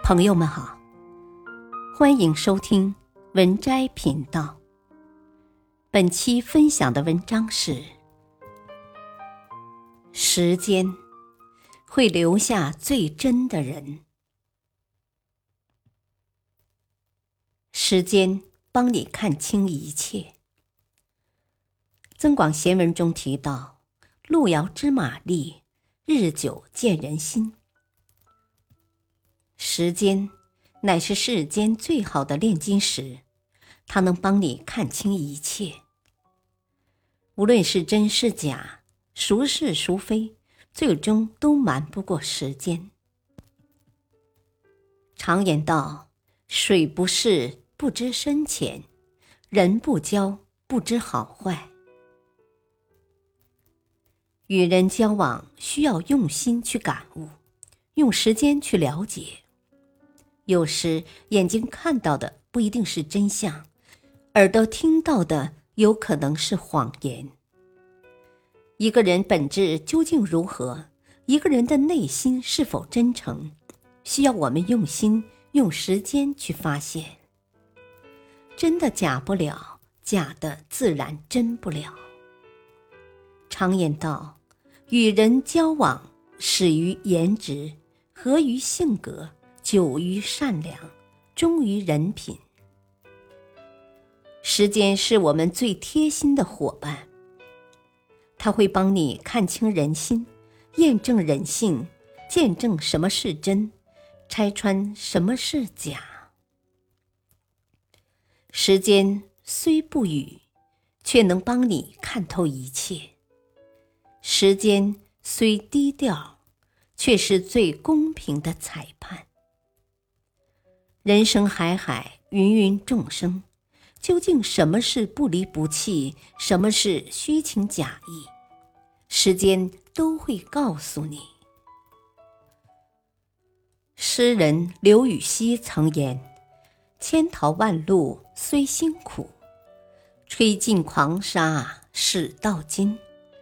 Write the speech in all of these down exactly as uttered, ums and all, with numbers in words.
朋友们好，欢迎收听文摘频道。本期分享的文章是：时间会留下最真的人。时间帮你看清一切。增广贤文中提到，路遥知马力，日久见人心。时间乃是世间最好的炼金石，它能帮你看清一切。无论是真是假，孰是孰非，最终都瞒不过时间。常言道，水不试不知深浅，人不交不知好坏。与人交往需要用心去感悟，用时间去了解。有时眼睛看到的不一定是真相，耳朵听到的有可能是谎言。一个人本质究竟如何，一个人的内心是否真诚，需要我们用心用时间去发现。真的假不了，假的自然真不了。常言道，与人交往，始于颜值，合于性格，久于善良，忠于人品。时间是我们最贴心的伙伴，它会帮你看清人心，验证人性，见证什么是真，拆穿什么是假。时间虽不语，却能帮你看透一切。时间虽低调，却是最公平的裁判。人生海海，芸芸众生，究竟什么是不离不弃，什么是虚情假意，时间都会告诉你。诗人刘禹锡曾言，千淘万漉虽辛苦，吹尽狂沙始到金。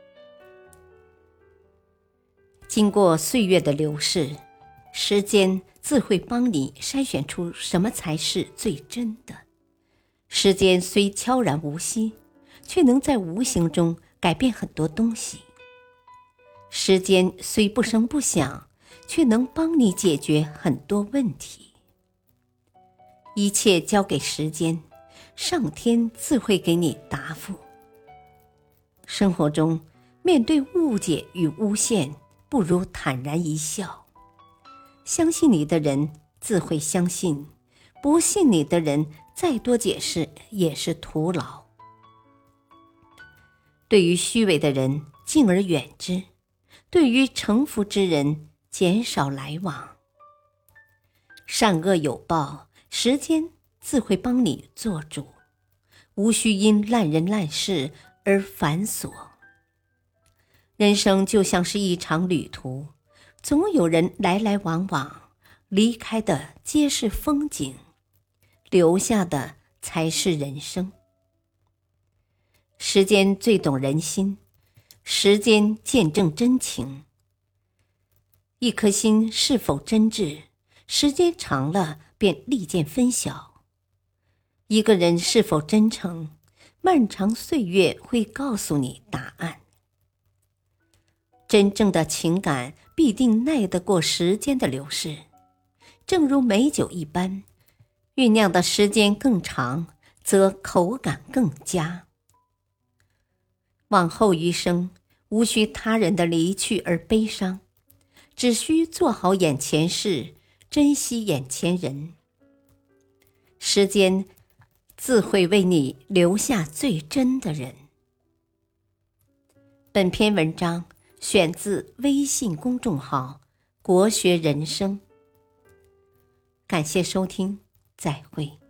经过岁月的流逝，时间自会帮你筛选出什么才是最真的。时间虽悄然无息，却能在无形中改变很多东西。时间虽不声不响，却能帮你解决很多问题。一切交给时间，上天自会给你答复。生活中，面对误解与诬陷，不如坦然一笑。相信你的人自会相信，不信你的人再多解释也是徒劳。对于虚伪的人，敬而远之；对于诚服之人，减少来往。善恶有报，时间自会帮你做主，无需因烂人烂事而繁琐。人生就像是一场旅途，总有人来来往往，离开的皆是风景，留下的才是人生。时间最懂人心，时间见证真情。一颗心是否真挚，时间长了便立见分晓。一个人是否真诚，漫长岁月会告诉你答案。真正的情感必定耐得过时间的流逝，正如美酒一般，酝酿的时间更长，则口感更佳。往后余生，无需他人的离去而悲伤，只需做好眼前事，珍惜眼前人。时间自会为你留下最真的人。本篇文章选自微信公众号国学人生。感谢收听，再会。